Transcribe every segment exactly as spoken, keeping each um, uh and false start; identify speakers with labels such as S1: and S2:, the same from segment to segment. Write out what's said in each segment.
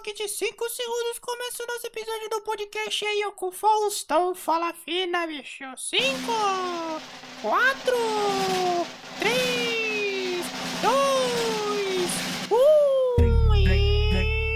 S1: toque de cinco segundos começa o nosso episódio do podcast aí, eu com o Faustão. Fala fina, bicho. cinco, quatro, três, dois, um e...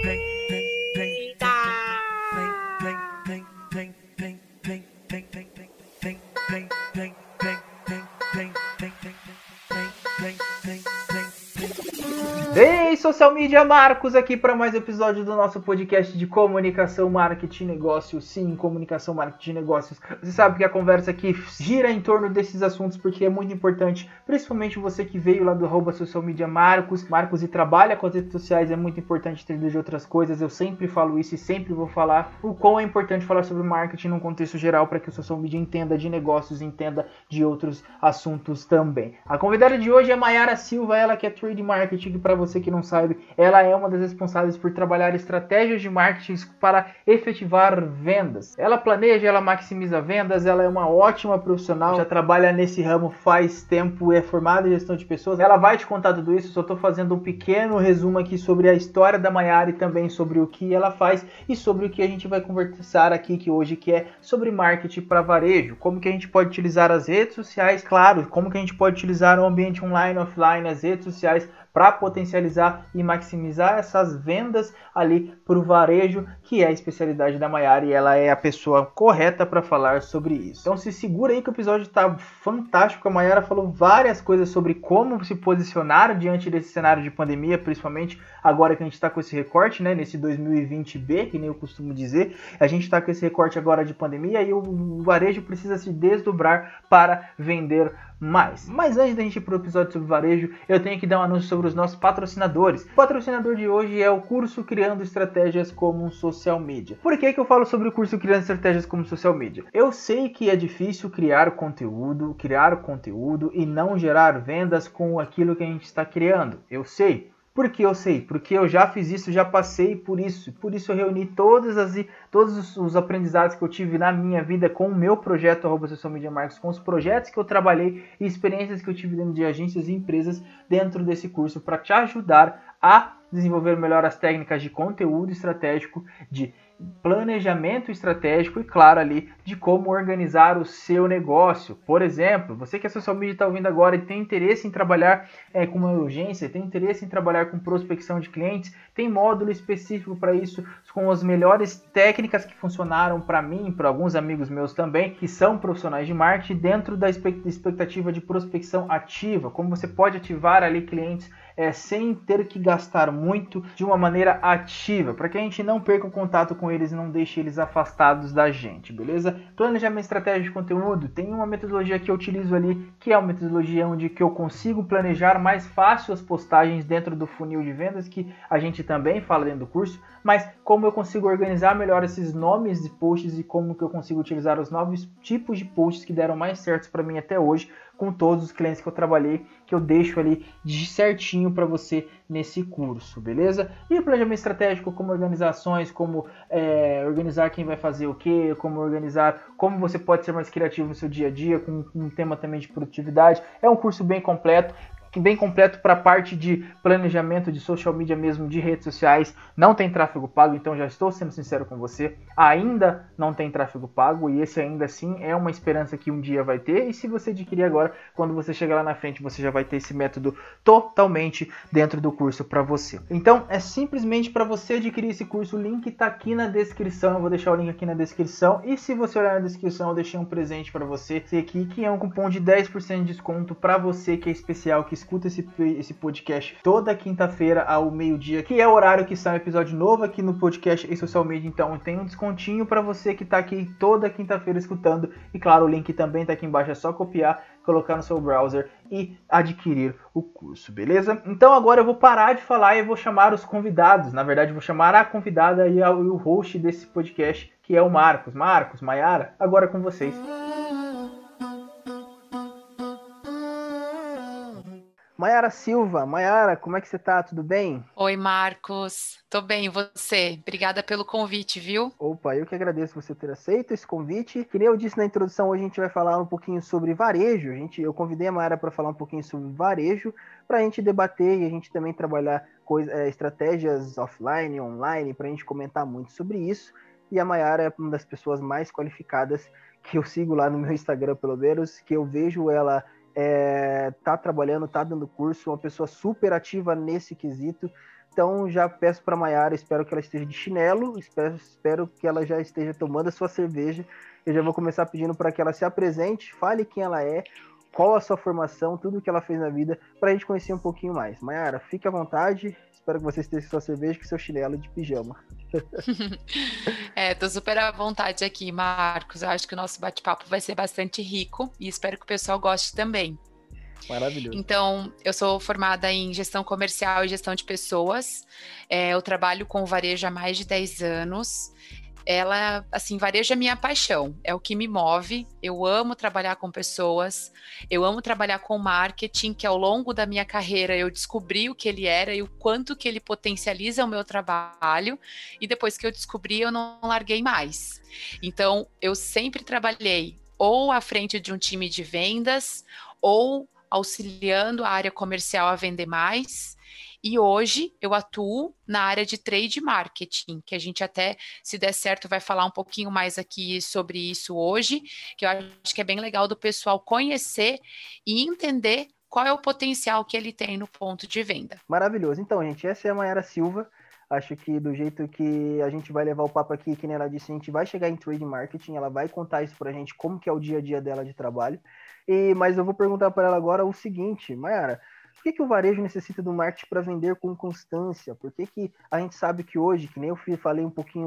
S2: Ei, social media, Marcos aqui para mais um episódio do nosso podcast de comunicação, marketing, negócios. Sim, comunicação, marketing, negócios. Você sabe que a conversa aqui gira em torno desses assuntos porque é muito importante, principalmente você que veio lá do arroba social media Marcos, Marcos e trabalha com as redes sociais, é muito importante entender de outras coisas. Eu sempre falo isso e sempre vou falar o quão é importante falar sobre marketing num contexto geral para que o social media entenda de negócios, entenda de outros assuntos também. A convidada de hoje é Mayara Silva, ela que é Trade Marketing, para você que não sabe, ela é uma das responsáveis por trabalhar estratégias de marketing para efetivar vendas. Ela planeja, ela maximiza vendas, ela é uma ótima profissional, já trabalha nesse ramo faz tempo, é formada em gestão de pessoas. Ela vai te contar tudo isso, só estou fazendo um pequeno resumo aqui sobre a história da Mayara e também sobre o que ela faz e sobre o que a gente vai conversar aqui que hoje, que é sobre marketing para varejo, como que a gente pode utilizar as redes sociais, claro, como que a gente pode utilizar o ambiente online, offline, as redes sociais para potencializar e maximizar essas vendas ali para o varejo, que é a especialidade da Mayara e ela é a pessoa correta para falar sobre isso. Então se segura aí que o episódio está fantástico. A Mayara falou várias coisas sobre como se posicionar diante desse cenário de pandemia, principalmente agora que a gente está com esse recorte, né, nesse dois mil e vinte B, que nem eu costumo dizer. A gente está com esse recorte agora de pandemia e o varejo precisa se desdobrar para vender mais. Mas antes da gente ir para o episódio sobre varejo, eu tenho que dar um anúncio sobre os nossos patrocinadores. O patrocinador de hoje é o curso Criando Estratégias como Social Media. Por que que eu falo sobre o curso Criando Estratégias como Social Media? Eu sei que é difícil criar conteúdo, criar conteúdo e não gerar vendas com aquilo que a gente está criando. Eu sei. Por que eu sei? Porque eu já fiz isso, já passei por isso. Por isso eu reuni todas as, todos os aprendizados que eu tive na minha vida com o meu projeto arroba Social Media Marcos, com os projetos que eu trabalhei e experiências que eu tive dentro de agências e empresas dentro desse curso para te ajudar a desenvolver melhor as técnicas de conteúdo estratégico, de planejamento estratégico e, claro, ali de como organizar o seu negócio. Por exemplo, você que é social media está ouvindo agora e tem interesse em trabalhar é, com uma urgência, tem interesse em trabalhar com prospecção de clientes, tem módulo específico para isso, com as melhores técnicas que funcionaram para mim, para alguns amigos meus também, que são profissionais de marketing, dentro da expectativa de prospecção ativa, como você pode ativar ali clientes É, sem ter que gastar muito, de uma maneira ativa, para que a gente não perca o contato com eles e não deixe eles afastados da gente, beleza? Planejamento estratégico de conteúdo, tem uma metodologia que eu utilizo ali, que é uma metodologia onde que eu consigo planejar mais fácil as postagens dentro do funil de vendas, que a gente também fala dentro do curso, mas como eu consigo organizar melhor esses nomes de posts e como que eu consigo utilizar os novos tipos de posts que deram mais certos para mim até hoje, com todos os clientes que eu trabalhei, que eu deixo ali de certinho para você nesse curso, beleza? E o planejamento estratégico, como organizações, como é, organizar quem vai fazer o que, como organizar, como você pode ser mais criativo no seu dia a dia, com um tema também de produtividade. É um curso bem completo, bem completo para a parte de planejamento de social media mesmo, de redes sociais. Não tem tráfego pago, então já estou sendo sincero com você, ainda não tem tráfego pago e esse ainda assim é uma esperança que um dia vai ter, e se você adquirir agora, quando você chegar lá na frente, você já vai ter esse método totalmente dentro do curso para você. Então é simplesmente para você adquirir esse curso, o link está aqui na descrição, eu vou deixar o link aqui na descrição, e se você olhar na descrição eu deixei um presente para você, esse aqui que é um cupom de dez por cento de desconto para você que é especial, que escuta esse, esse podcast toda quinta-feira ao meio-dia, que é o horário que sai um episódio novo aqui no podcast e social media. Então tem um descontinho para você que está aqui toda quinta-feira escutando, e claro, o link também está aqui embaixo, é só copiar, colocar no seu browser e adquirir o curso, beleza? Então agora eu vou parar de falar e eu vou chamar os convidados, na verdade eu vou chamar a convidada e o host desse podcast, que é o Marcos. Marcos, Mayara, agora com vocês. Mayara Silva, Mayara, como é que você tá? Tudo bem?
S3: Oi, Marcos. Tô bem, e você? Obrigada pelo convite, viu?
S2: Opa, eu que agradeço você ter aceito esse convite. Que nem eu disse na introdução, hoje a gente vai falar um pouquinho sobre varejo. A gente, eu convidei a Mayara para falar um pouquinho sobre varejo, para a gente debater e a gente também trabalhar coisa, é, estratégias offline, online, para a gente comentar muito sobre isso. E a Mayara é uma das pessoas mais qualificadas que eu sigo lá no meu Instagram, pelo menos, que eu vejo ela é, tá trabalhando, tá dando curso, uma pessoa super ativa nesse quesito. Então já peço para a Mayara, espero que ela esteja de chinelo, espero, espero que ela já esteja tomando a sua cerveja. Eu já vou começar pedindo para que ela se apresente, fale quem ela é, qual a sua formação, tudo que ela fez na vida, para a gente conhecer um pouquinho mais. Mayara, fique à vontade, espero que você esteja com sua cerveja e seu chinelo de pijama.
S3: É, tô super à vontade aqui, Marcos. Eu acho que o nosso bate-papo vai ser bastante rico e espero que o pessoal goste também.
S2: Maravilhoso.
S3: Então, eu sou formada em gestão comercial e gestão de pessoas. É, eu trabalho com varejo há mais de dez anos. Ela, assim, varejo é minha paixão, é o que me move. Eu amo trabalhar com pessoas, eu amo trabalhar com marketing, que ao longo da minha carreira eu descobri o que ele era e o quanto que ele potencializa o meu trabalho, e depois que eu descobri, eu não larguei mais. Então, eu sempre trabalhei ou à frente de um time de vendas, ou auxiliando a área comercial a vender mais. E hoje eu atuo na área de trade marketing, que a gente até, se der certo, vai falar um pouquinho mais aqui sobre isso hoje, que eu acho que é bem legal do pessoal conhecer e entender qual é o potencial que ele tem no ponto de venda.
S2: Maravilhoso. Então, gente, essa é a Mayara Silva. Acho que do jeito que a gente vai levar o papo aqui, que nem ela disse, a gente vai chegar em trade marketing, ela vai contar isso pra gente, como que é o dia a dia dela de trabalho. E, mas eu vou perguntar para ela agora o seguinte, Mayara, por que, que o varejo necessita do marketing para vender com constância? Por que, que a gente sabe que hoje, que nem eu falei um pouquinho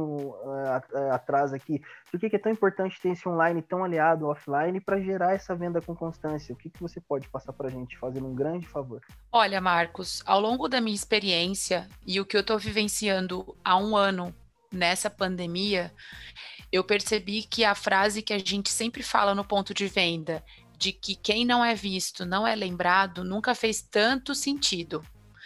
S2: uh, atrás aqui, por que, que é tão importante ter esse online tão aliado ao offline para gerar essa venda com constância? O que, que você pode passar para a gente, fazendo um grande favor?
S3: Olha, Marcos, ao longo da minha experiência e o que eu estou vivenciando há um ano nessa pandemia, eu percebi que a frase que a gente sempre fala no ponto de venda, de que quem não é visto não é lembrado, nunca fez tanto sentido.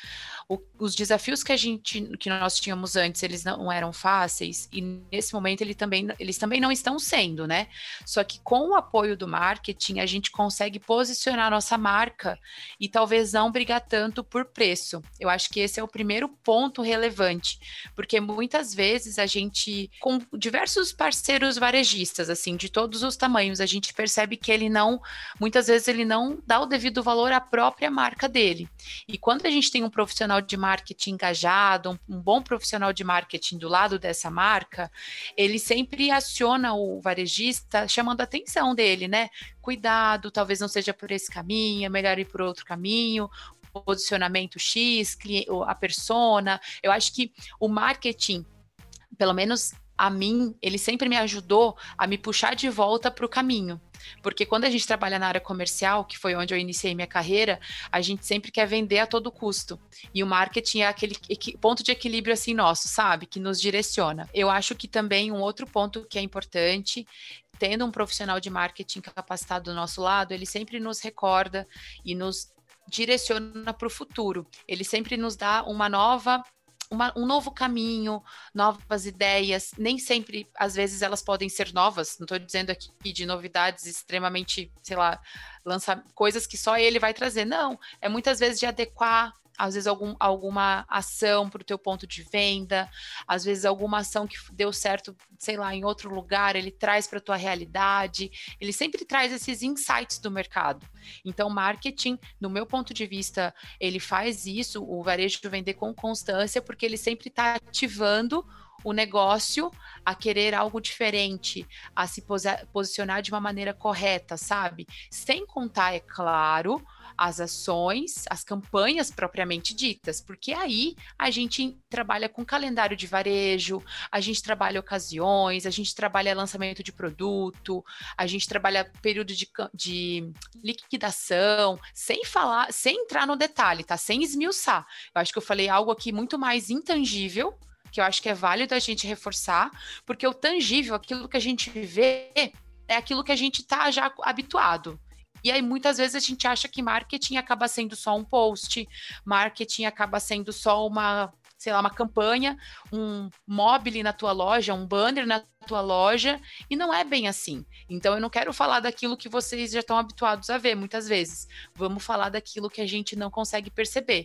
S3: O, os desafios que a gente, que nós tínhamos antes, eles não eram fáceis, e nesse momento ele também, eles também não estão sendo, né? Só que com o apoio do marketing, a gente consegue posicionar a nossa marca e talvez não brigar tanto por preço. Eu acho que esse é o primeiro ponto relevante, porque muitas vezes a gente, com diversos parceiros varejistas, assim, de todos os tamanhos, a gente percebe que ele não, muitas vezes ele não dá o devido valor à própria marca dele. E quando a gente tem um profissional de marketing engajado, um, um bom profissional de marketing do lado dessa marca, ele sempre aciona o varejista chamando a atenção dele, né? Cuidado, talvez não seja por esse caminho, é melhor ir por outro caminho, posicionamento X, a persona. Eu acho que o marketing, pelo menos a mim, ele sempre me ajudou a me puxar de volta para o caminho. Porque quando a gente trabalha na área comercial, que foi onde eu iniciei minha carreira, a gente sempre quer vender a todo custo. E o marketing é aquele ponto de equilíbrio assim nosso, sabe? Que nos direciona. Eu acho que também um outro ponto que é importante, tendo um profissional de marketing capacitado do nosso lado, ele sempre nos recorda e nos direciona para o futuro. Ele sempre nos dá uma nova... Uma, um novo caminho, novas ideias, nem sempre, às vezes elas podem ser novas, não estou dizendo aqui de novidades extremamente, sei lá, lançar coisas que só ele vai trazer, não, é muitas vezes de adequar, às vezes algum, alguma ação para o teu ponto de venda, às vezes alguma ação que deu certo, sei lá, em outro lugar, ele traz para a tua realidade, ele sempre traz esses insights do mercado. Então, marketing, no meu ponto de vista, ele faz isso, o varejo vender com constância, porque ele sempre está ativando o negócio a querer algo diferente, a se posi- posicionar de uma maneira correta, sabe? Sem contar, é claro, as ações, as campanhas propriamente ditas, porque aí a gente trabalha com calendário de varejo, a gente trabalha ocasiões, a gente trabalha lançamento de produto, a gente trabalha período de, de liquidação, sem falar, sem entrar no detalhe, tá? Sem esmiuçar. Eu acho que eu falei algo aqui muito mais intangível, que eu acho que é válido a gente reforçar, porque o tangível, aquilo que a gente vê, é aquilo que a gente está já habituado. E aí, muitas vezes, a gente acha que marketing acaba sendo só um post, marketing acaba sendo só uma, sei lá, uma campanha, um mobile na tua loja, um banner na tua loja, e não é bem assim. Então, eu não quero falar daquilo que vocês já estão habituados a ver, muitas vezes. Vamos falar daquilo que a gente não consegue perceber.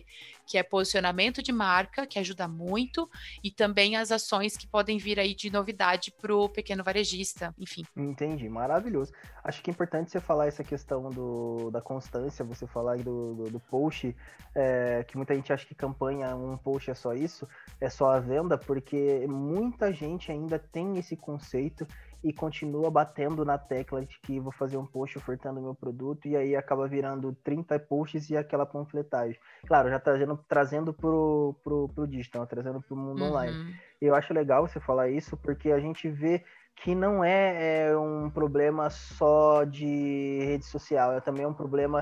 S3: que é posicionamento de marca, que ajuda muito, e também as ações que podem vir aí de novidade para o pequeno varejista, enfim.
S4: Entendi, maravilhoso. Acho que é importante você falar essa questão do, da constância, você falar do, do, do post, é, que muita gente acha que campanha, um post é só isso, é só a venda, porque muita gente ainda tem esse conceito e continua batendo na tecla de que vou fazer um post ofertando meu produto, e aí acaba virando trinta posts e aquela panfletagem. Claro, já trazendo, trazendo pro, pro, pro digital, trazendo pro mundo
S3: Uhum.
S4: online. Eu acho legal você falar isso, porque a gente vê que não é, é um problema só de rede social, é também um problema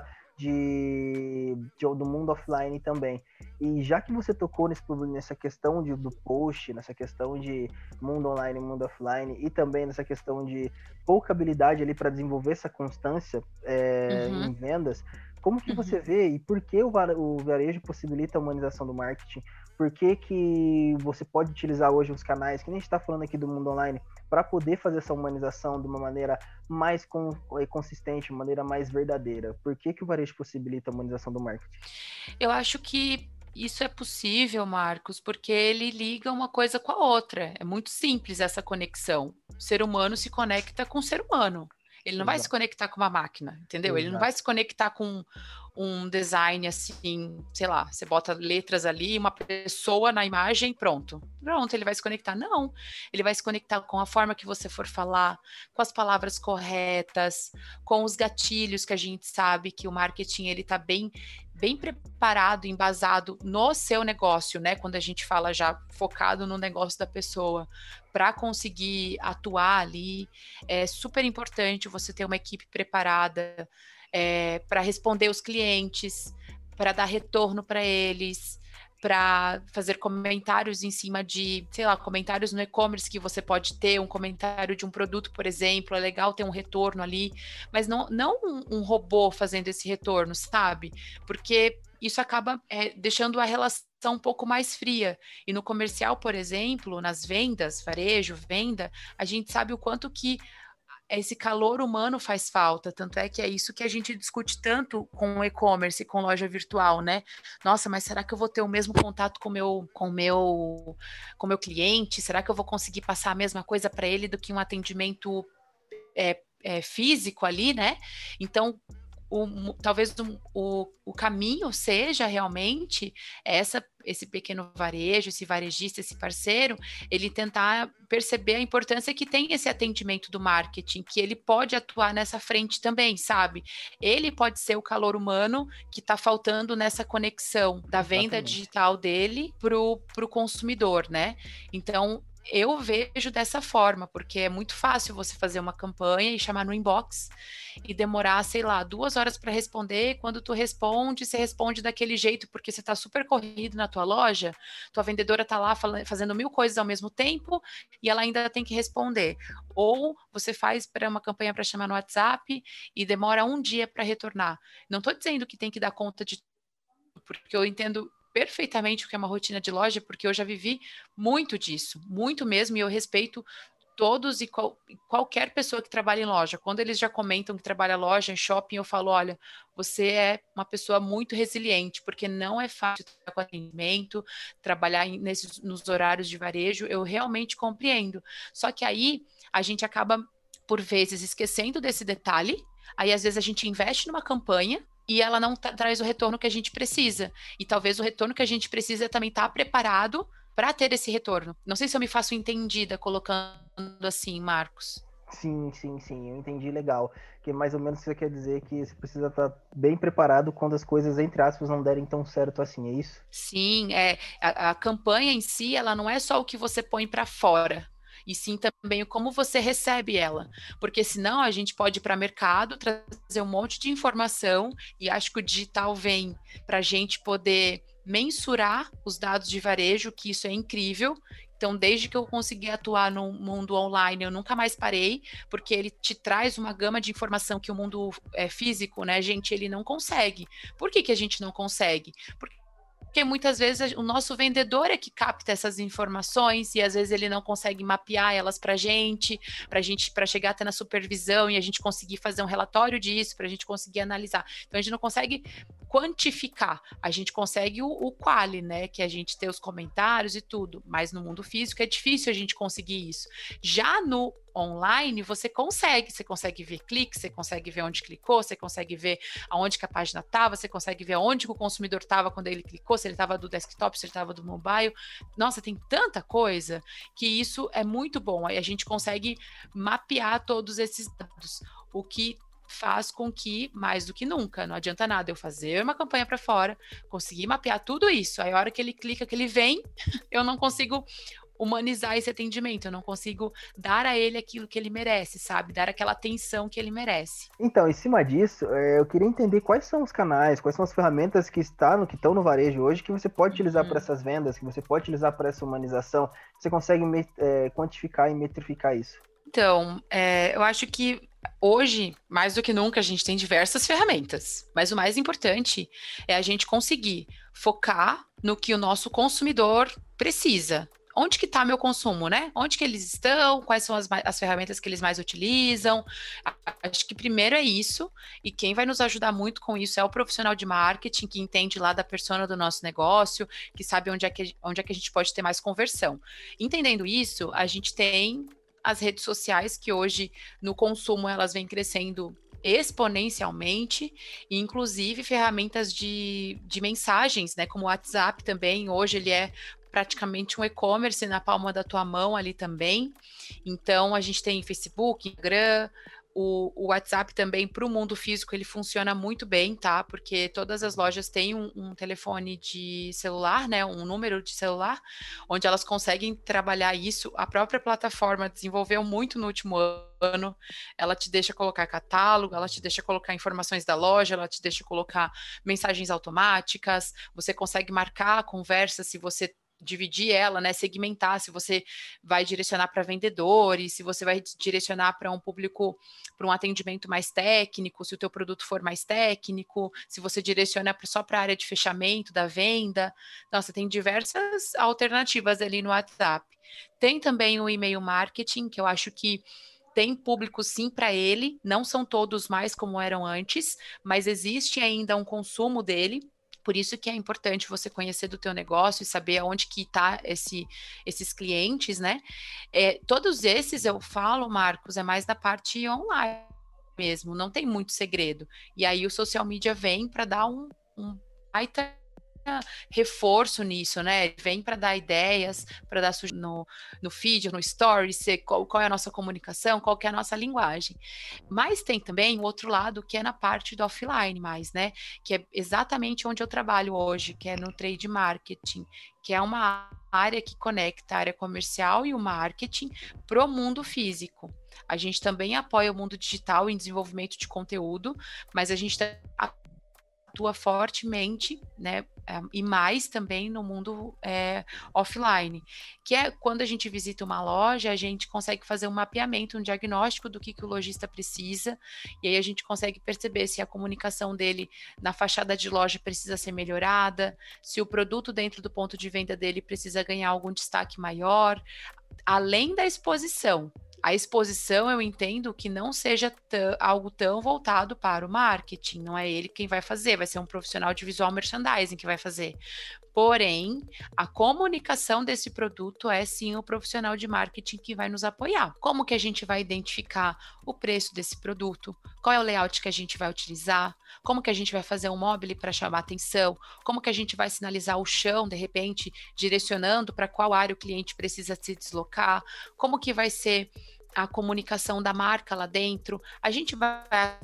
S4: de, de, do mundo offline também. E já que você tocou nesse, nessa questão de, do post, nessa questão de mundo online e mundo offline, e também nessa questão de pouca habilidade ali para desenvolver essa constância é,
S3: Uhum.
S4: em vendas, como que
S3: Uhum.
S4: você vê e por que o, o varejo possibilita a humanização do marketing? Por que que você pode utilizar hoje os canais, que nem a gente está falando aqui do mundo online, para poder fazer essa humanização de uma maneira mais com, consistente, uma maneira mais verdadeira? Por que que o varejo possibilita a humanização do marketing?
S3: Eu acho que isso é possível, Marcos, porque ele liga uma coisa com a outra. É muito simples essa conexão. O ser humano se conecta com o ser humano. Ele não
S4: Exato.
S3: vai se conectar com uma máquina, entendeu?
S4: Exato.
S3: Ele não vai se conectar com um design assim, sei lá, você bota letras ali, uma pessoa na imagem, pronto. Pronto, ele vai se conectar. Não, ele vai se conectar com a forma que você for falar, com as palavras corretas, com os gatilhos que a gente sabe que o marketing, ele tá bem, bem preparado, embasado no seu negócio, né? Quando a gente fala já focado no negócio da pessoa, para conseguir atuar ali, é super importante você ter uma equipe preparada, É, para responder os clientes, para dar retorno para eles, para fazer comentários em cima de, sei lá, comentários no e-commerce que você pode ter, um comentário de um produto, por exemplo, é legal ter um retorno ali, mas não, não um, um robô fazendo esse retorno, sabe? Porque isso acaba é, deixando a relação um pouco mais fria. E no comercial, por exemplo, nas vendas, varejo, venda, a gente sabe o quanto que esse calor humano faz falta, tanto é que é isso que a gente discute tanto com o e-commerce, com loja virtual, né? Nossa, mas será que eu vou ter o mesmo contato com meu, com meu, com meu cliente? Será que eu vou conseguir passar a mesma coisa para ele do que um atendimento é, é, físico ali, né? Então, O, talvez o, o, o caminho seja realmente essa, esse pequeno varejo, esse varejista, esse parceiro, ele tentar perceber a importância que tem esse atendimento do marketing, que ele pode atuar nessa frente também, sabe? Ele pode ser o calor humano que está faltando nessa conexão da venda
S4: Exatamente.
S3: digital dele para o consumidor, né? Então, eu vejo dessa forma, porque é muito fácil você fazer uma campanha e chamar no inbox e demorar, sei lá, duas horas para responder. Quando tu responde, você responde daquele jeito porque você está super corrido na tua loja, tua vendedora está lá fazendo mil coisas ao mesmo tempo e ela ainda tem que responder. Ou você faz para uma campanha para chamar no WhatsApp e demora um dia para retornar. Não estou dizendo que tem que dar conta de tudo, porque eu entendo perfeitamente o que é uma rotina de loja, porque eu já vivi muito disso, muito mesmo, e eu respeito todos e qual, qualquer pessoa que trabalha em loja. Quando eles já comentam que trabalha loja, em shopping, eu falo, olha, você é uma pessoa muito resiliente, porque não é fácil trabalhar com atendimento, trabalhar nesses, nos horários de varejo, eu realmente compreendo. Só que aí a gente acaba, por vezes, esquecendo desse detalhe, aí às vezes a gente investe numa campanha, e ela não tra- traz o retorno que a gente precisa. E talvez o retorno que a gente precisa também estar preparado para ter esse retorno. Não sei se eu me faço entendida colocando assim, Marcos.
S4: Sim, sim, sim, eu entendi legal. Que mais ou menos você quer dizer que você precisa estar bem preparado quando as coisas, entre aspas, não derem tão certo assim, é isso?
S3: Sim, é, a, a campanha em si, ela não é só o que você põe para fora, e sim também o como você recebe ela, porque senão a gente pode ir para o mercado, trazer um monte de informação, e acho que o digital vem para a gente poder mensurar os dados de varejo, que isso é incrível. Então, desde que eu consegui atuar no mundo online, eu nunca mais parei, porque ele te traz uma gama de informação que o mundo é, físico, né, gente, ele não consegue. Por que que a gente não consegue? Porque porque muitas vezes o nosso vendedor é que capta essas informações e às vezes ele não consegue mapear elas para a gente, para gente, para chegar até na supervisão e a gente conseguir fazer um relatório disso, para a gente conseguir analisar. Então a gente não consegue quantificar, a gente consegue o, o quali, né, que a gente tem os comentários e tudo, mas no mundo físico é difícil a gente conseguir isso. Já no online, você consegue, você consegue ver cliques, você consegue ver onde clicou, você consegue ver aonde que a página estava, você consegue ver aonde que o consumidor estava quando ele clicou, se ele estava do desktop, se ele estava do mobile. Nossa, tem tanta coisa que isso é muito bom, aí a gente consegue mapear todos esses dados, o que faz com que, mais do que nunca, não adianta nada eu fazer uma campanha para fora, conseguir mapear tudo isso, aí a hora que ele clica, que ele vem, eu não consigo humanizar esse atendimento, eu não consigo dar a ele aquilo que ele merece, sabe? Dar aquela atenção que ele merece.
S4: Então, em cima disso, eu queria entender quais são os canais, quais são as ferramentas que, está no, que estão no varejo hoje que você pode utilizar uhum. para essas vendas, que você pode utilizar para essa humanização, você consegue é, quantificar e metrificar isso?
S3: Então, é, eu acho que hoje, mais do que nunca, a gente tem diversas ferramentas, mas o mais importante é a gente conseguir focar no que o nosso consumidor precisa. Onde que está meu consumo, né? Onde que eles estão, quais são as, as ferramentas que eles mais utilizam. Acho que primeiro é isso, e quem vai nos ajudar muito com isso é o profissional de marketing, que entende lá da persona do nosso negócio, que sabe onde é que, onde é que a gente pode ter mais conversão. Entendendo isso, a gente tem as redes sociais, que hoje no consumo elas vêm crescendo exponencialmente, e inclusive ferramentas de, de mensagens, né? Como o WhatsApp também, hoje ele é praticamente um e-commerce na palma da tua mão ali também. Então, a gente tem Facebook, Instagram, o, o WhatsApp também para o mundo físico, ele funciona muito bem, tá? Porque todas as lojas têm um, um telefone de celular, né? Um número de celular, onde elas conseguem trabalhar isso. A própria plataforma desenvolveu muito no último ano. Ela te deixa colocar catálogo, ela te deixa colocar informações da loja, ela te deixa colocar mensagens automáticas, você consegue marcar a conversa se você dividir ela, né, segmentar, se você vai direcionar para vendedores, se você vai direcionar para um público, para um atendimento mais técnico, se o teu produto for mais técnico, se você direciona só para a área de fechamento da venda. Nossa, tem diversas alternativas ali no WhatsApp. Tem também o e-mail marketing, que eu acho que tem público sim para ele, não são todos mais como eram antes, mas existe ainda um consumo dele. Por isso que é importante você conhecer do teu negócio e saber aonde que está esse, esses clientes, né? É, todos esses, eu falo, Marcos, é mais da parte online mesmo, não tem muito segredo. E aí o social media vem para dar um, um baita reforço nisso, né? Vem para dar ideias, para dar no, no feed, no story, qual, qual é a nossa comunicação, qual que é a nossa linguagem. Mas tem também o outro lado, que é na parte do offline mais, né? Que é exatamente onde eu trabalho hoje, que é no trade marketing, que é uma área que conecta a área comercial e o marketing pro mundo físico. A gente também apoia o mundo digital em desenvolvimento de conteúdo, mas a gente atua fortemente, né, e mais também no mundo é, offline, que é quando a gente visita uma loja, a gente consegue fazer um mapeamento, um diagnóstico do que, que o lojista precisa, e aí a gente consegue perceber se a comunicação dele na fachada de loja precisa ser melhorada, se o produto dentro do ponto de venda dele precisa ganhar algum destaque maior, além da exposição. A exposição, eu entendo que não seja algo tão voltado para o marketing, não é ele quem vai fazer, vai ser um profissional de visual merchandising que vai fazer. Porém, a comunicação desse produto é sim o profissional de marketing que vai nos apoiar. Como que a gente vai identificar o preço desse produto? Qual é o layout que a gente vai utilizar? Como que a gente vai fazer um mobile para chamar atenção? Como que a gente vai sinalizar o chão, de repente, direcionando para qual área o cliente precisa se deslocar? Como que vai ser a comunicação da marca lá dentro? A gente vai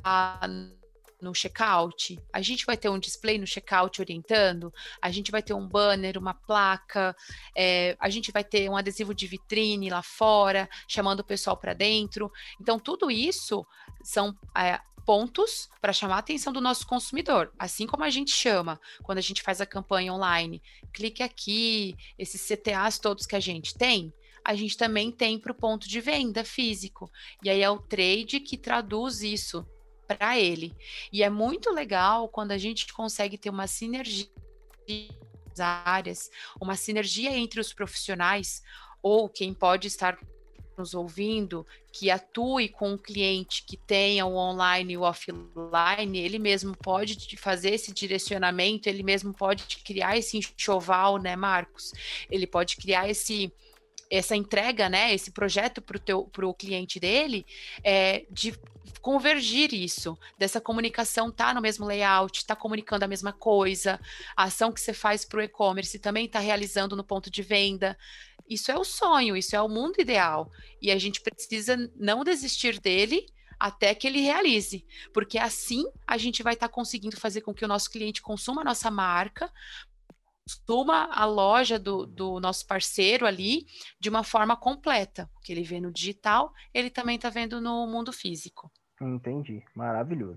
S3: no checkout, a gente vai ter um display no checkout orientando, a gente vai ter um banner, uma placa, é, a gente vai ter um adesivo de vitrine lá fora, chamando o pessoal para dentro. Então, tudo isso são é, pontos para chamar a atenção do nosso consumidor, assim como a gente chama quando a gente faz a campanha online. Clique aqui, esses C T As todos que a gente tem, a gente também tem para o ponto de venda físico. E aí é o trade que traduz isso para ele. E é muito legal quando a gente consegue ter uma sinergia áreas, uma sinergia entre os profissionais ou quem pode estar nos ouvindo, que atue com um cliente que tenha o online e o offline, ele mesmo pode fazer esse direcionamento, ele mesmo pode criar esse enxoval, né, Marcos? Ele pode criar esse, essa entrega, né, esse projeto para o cliente dele, é, de convergir isso, dessa comunicação tá no mesmo layout, tá comunicando a mesma coisa, a ação que você faz para o e-commerce também está realizando no ponto de venda. Isso é o sonho, isso é o mundo ideal. E a gente precisa não desistir dele até que ele realize. Porque assim a gente vai estar tá conseguindo fazer com que o nosso cliente consuma a nossa marca, consuma a loja do, do nosso parceiro ali de uma forma completa. O que ele vê no digital, ele também está vendo no mundo físico.
S4: Entendi. Maravilhoso.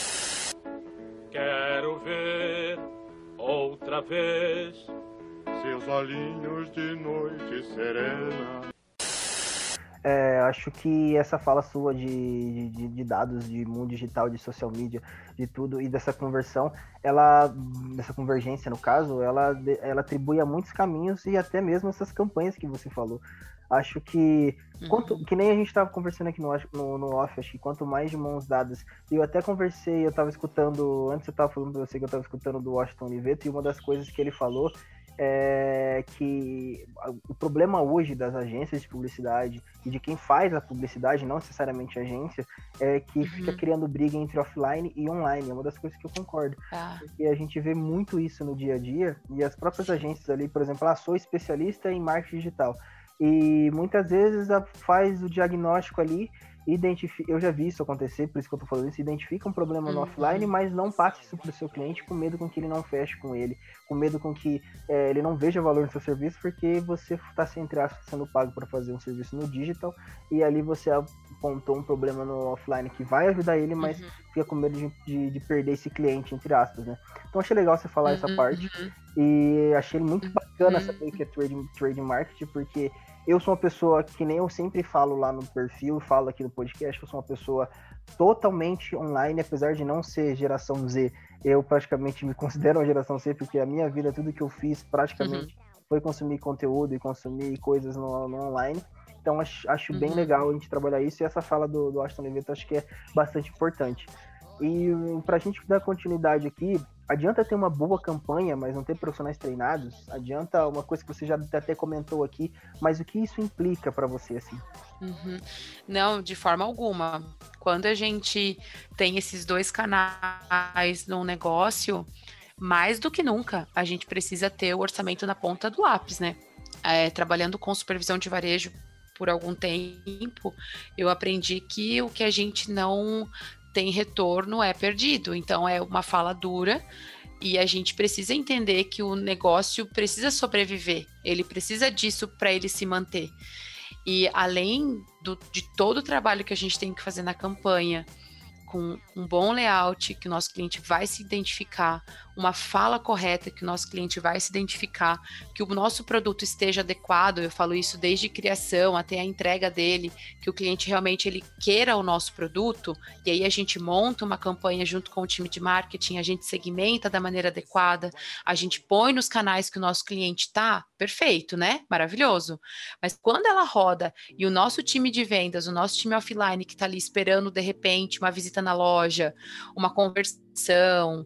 S5: Quero ver outra vez seus olhinhos de noite serena.
S4: É, acho que essa fala sua de, de, de dados, de mundo digital, de social media, de tudo, e dessa conversão, ela, dessa convergência no caso, ela, ela atribui a muitos caminhos e até mesmo essas campanhas que você falou. Acho que, uhum. quanto, que nem a gente estava conversando aqui no, no, no off, acho que quanto mais de mãos dadas, e eu até conversei, eu estava escutando, antes eu estava falando para você que eu estava escutando do Washington Oliveto, e uma das coisas que ele falou é que o problema hoje das agências de publicidade e de quem faz a publicidade, não necessariamente a agência, é que uhum. fica criando briga entre offline e online. É uma das coisas que eu concordo. Ah. Porque a gente vê muito isso no dia a dia, e as próprias agências ali, por exemplo, ah, sou especialista em marketing digital. E muitas vezes faz o diagnóstico ali, identifica, eu já vi isso acontecer, por isso que eu tô falando isso, identifica um problema no uhum. offline, mas não passa isso pro seu cliente com medo com que ele não feche com ele, com medo com que é, ele não veja valor no seu serviço, porque você está, entre aspas, sendo pago para fazer um serviço no digital, e ali você apontou um problema no offline que vai ajudar ele, mas uhum. fica com medo de, de, de perder esse cliente, entre aspas, né? Então achei legal você falar uhum. essa parte, e achei muito bacana uhum. saber que é trade, trade marketing, porque eu sou uma pessoa que nem eu sempre falo lá no perfil, falo aqui no podcast, eu sou uma pessoa totalmente online, apesar de não ser geração Z, eu praticamente me considero uma geração C, porque a minha vida, tudo que eu fiz praticamente uhum. foi consumir conteúdo e consumir coisas no, no online. Então acho, acho uhum. bem legal a gente trabalhar isso, e essa fala do, do Washington Oliveto acho que é bastante importante. E pra gente dar continuidade aqui, adianta ter uma boa campanha, mas não ter profissionais treinados? Adianta uma coisa que você já até comentou aqui, mas o que isso implica para você, assim?
S3: Uhum. Não, de forma alguma. Quando a gente tem esses dois canais no negócio, mais do que nunca, a gente precisa ter o orçamento na ponta do lápis, né? É, trabalhando com supervisão de varejo por algum tempo, eu aprendi que o que a gente não tem retorno é perdido, então é uma fala dura e a gente precisa entender que o negócio precisa sobreviver, ele precisa disso para ele se manter. E além do, de todo o trabalho que a gente tem que fazer na campanha, com um bom layout, que o nosso cliente vai se identificar, uma fala correta, que o nosso cliente vai se identificar, que o nosso produto esteja adequado, eu falo isso desde criação até a entrega dele, que o cliente realmente ele queira o nosso produto, e aí a gente monta uma campanha junto com o time de marketing, a gente segmenta da maneira adequada, a gente põe nos canais que o nosso cliente está, perfeito, né? Maravilhoso. Mas quando ela roda e o nosso time de vendas, o nosso time offline que está ali esperando, de repente, uma visita na loja, uma conversão,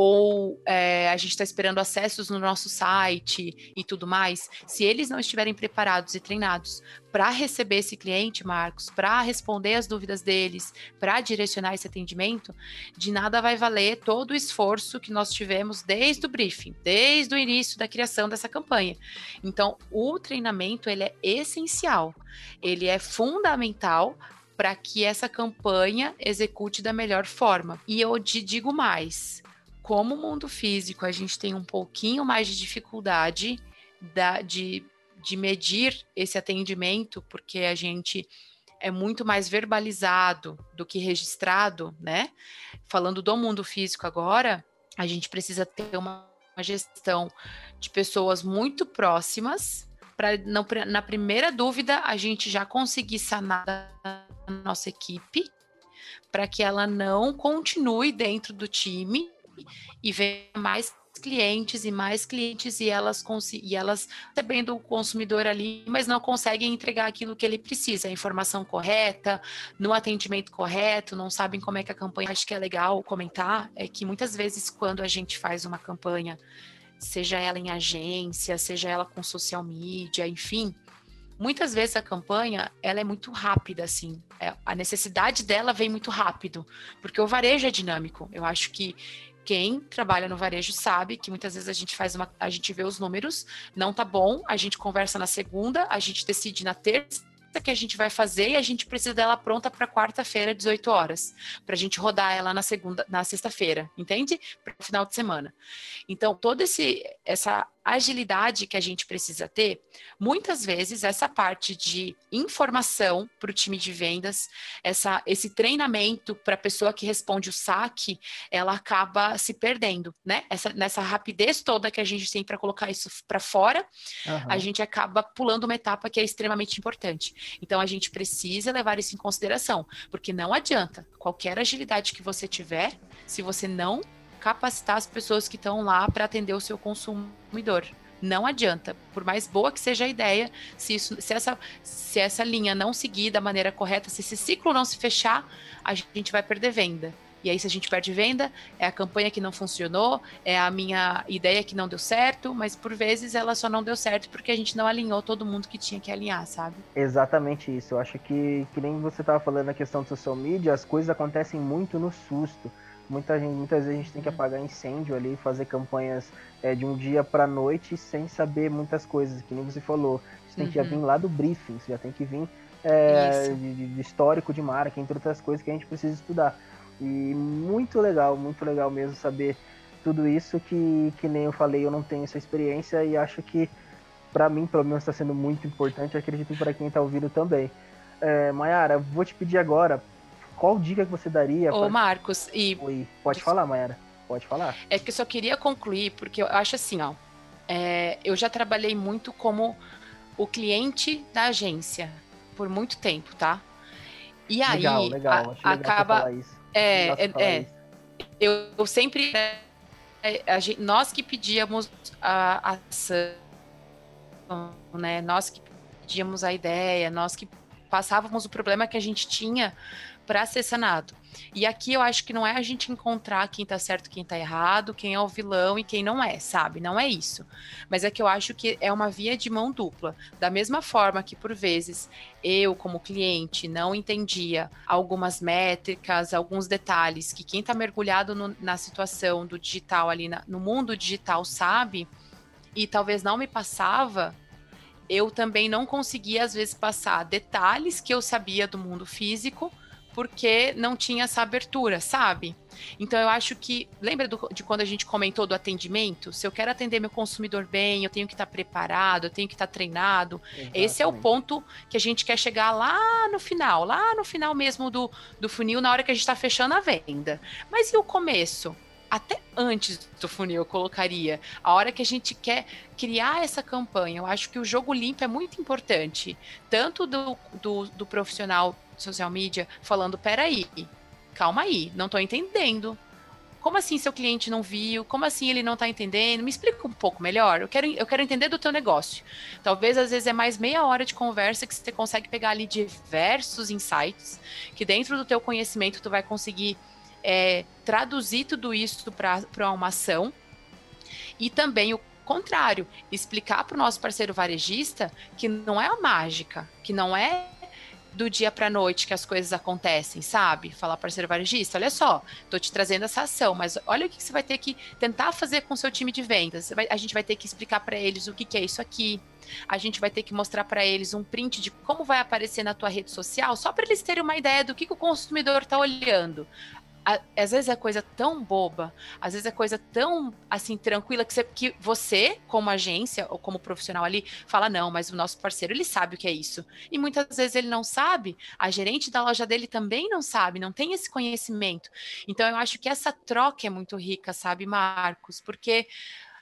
S3: ou é, a gente está esperando acessos no nosso site e tudo mais, se eles não estiverem preparados e treinados para receber esse cliente, Marcos, para responder as dúvidas deles, para direcionar esse atendimento, de nada vai valer todo o esforço que nós tivemos desde o briefing, desde o início da criação dessa campanha. Então, o treinamento ele é essencial, ele é fundamental para que essa campanha execute da melhor forma. E eu te digo mais, como o mundo físico a gente tem um pouquinho mais de dificuldade da, de, de medir esse atendimento, porque a gente é muito mais verbalizado do que registrado, né? Falando do mundo físico agora, a gente precisa ter uma, uma gestão de pessoas muito próximas, para na primeira dúvida a gente já conseguir sanar a nossa equipe, para que ela não continue dentro do time e venha mais clientes e mais clientes e elas, e elas recebendo o consumidor ali, mas não conseguem entregar aquilo que ele precisa, a informação correta, no atendimento correto, não sabem como é que a campanha. Acho que é legal comentar, é que muitas vezes quando a gente faz uma campanha, seja ela em agência, seja ela com social media, enfim, muitas vezes a campanha, ela é muito rápida, assim, é, a necessidade dela vem muito rápido, porque o varejo é dinâmico. Eu acho que quem trabalha no varejo sabe que muitas vezes a gente faz uma, a gente vê os números, não tá bom, a gente conversa na segunda, a gente decide na terça que a gente vai fazer e a gente precisa dela pronta para quarta-feira, dezoito horas, para a gente rodar ela na segunda, na sexta-feira, entende? Para o final de semana. Então, toda esse, essa agilidade que a gente precisa ter, muitas vezes essa parte de informação para o time de vendas, essa, esse treinamento para a pessoa que responde o saque, ela acaba se perdendo, né? Essa, nessa rapidez toda que a gente tem para colocar isso para fora, uhum. a gente acaba pulando uma etapa que é extremamente importante. Então, a gente precisa levar isso em consideração, porque não adianta qualquer agilidade que você tiver, se você não capacitar as pessoas que estão lá para atender o seu consumidor. Não adianta, por mais boa que seja a ideia, se, isso, se, essa, se essa linha não seguir da maneira correta, se esse ciclo não se fechar, a gente vai perder venda. E aí, se a gente perde venda, é a campanha que não funcionou, é a minha ideia que não deu certo, mas por vezes ela só não deu certo porque a gente não alinhou todo mundo que tinha que alinhar, sabe?
S4: Exatamente isso. Eu acho que, que nem você estava falando na questão do social media, as coisas acontecem muito no susto. Muita gente, muitas vezes a gente tem que apagar incêndio ali, fazer campanhas é, de um dia para noite sem saber muitas coisas, que nem você falou. Você tem uhum. que já vir lá do briefing, você já tem que vir é, de, de histórico de marca, entre outras coisas que a gente precisa estudar. E muito legal, muito legal mesmo saber tudo isso que, que nem eu falei, eu não tenho essa experiência e acho que para mim, pelo menos, está sendo muito importante, acredito para quem está ouvindo também. É, Mayara, vou te pedir agora, qual dica que você daria?
S3: Ô,
S4: pra...
S3: Marcos, e...
S4: Oi, pode falar, Mayara, pode falar.
S3: É que eu só queria concluir, porque eu acho assim, ó, é, eu já trabalhei muito como o cliente da agência, por muito tempo, tá? E aí,
S4: legal, legal.
S3: A,
S4: acho legal
S3: acaba...
S4: falar isso.
S3: É, é, é. Eu, eu sempre... É, a gente, nós que pedíamos a ação, né? Nós que pedíamos a ideia, nós que passávamos o problema que a gente tinha para ser sanado. E aqui eu acho que não é a gente encontrar quem tá certo, quem tá errado, quem é o vilão e quem não é, sabe? Não é isso. Mas é que eu acho que é uma via de mão dupla. Da mesma forma que, por vezes, eu, como cliente, não entendia algumas métricas, alguns detalhes que quem tá mergulhado no, na situação do digital ali, na, no mundo digital, sabe? E talvez não me passava, eu também não conseguia, às vezes, passar detalhes que eu sabia do mundo físico, porque não tinha essa abertura, sabe? Então, eu acho que... Lembra do, de quando a gente comentou do atendimento? Se eu quero atender meu consumidor bem, eu tenho que estar preparado, eu tenho que estar treinado. Exatamente. Esse é o ponto que a gente quer chegar lá no final, lá no final mesmo do, do funil, na hora que a gente está fechando a venda. Mas e o começo? Até antes do funil eu colocaria, a hora que a gente quer criar essa campanha. Eu acho que o jogo limpo é muito importante, tanto do, do, do profissional social media falando, peraí, calma aí, não tô entendendo. Como assim seu cliente não viu? Como assim ele não tá entendendo? Me explica um pouco melhor, eu quero, eu quero entender do teu negócio. Talvez às vezes é mais meia hora de conversa que você consegue pegar ali diversos insights, que dentro do teu conhecimento tu vai conseguir É, traduzir tudo isso para uma ação e também o contrário, explicar para o nosso parceiro varejista que não é a mágica, que não é do dia para a noite que as coisas acontecem, sabe? Falar parceiro varejista, olha só, tô te trazendo essa ação, mas olha o que você vai ter que tentar fazer com o seu time de vendas. Vai, a gente vai ter que explicar para eles o que, que é isso aqui. A gente vai ter que mostrar para eles um print de como vai aparecer na tua rede social, só para eles terem uma ideia do que, que o consumidor está olhando. Às vezes é coisa tão boba, às vezes é coisa tão, assim, tranquila, que você, que você, como agência ou como profissional ali, fala, não, mas o nosso parceiro, ele sabe o que é isso. E muitas vezes ele não sabe, a gerente da loja dele também não sabe, não tem esse conhecimento. Então, eu acho que essa troca é muito rica, sabe, Marcos? Porque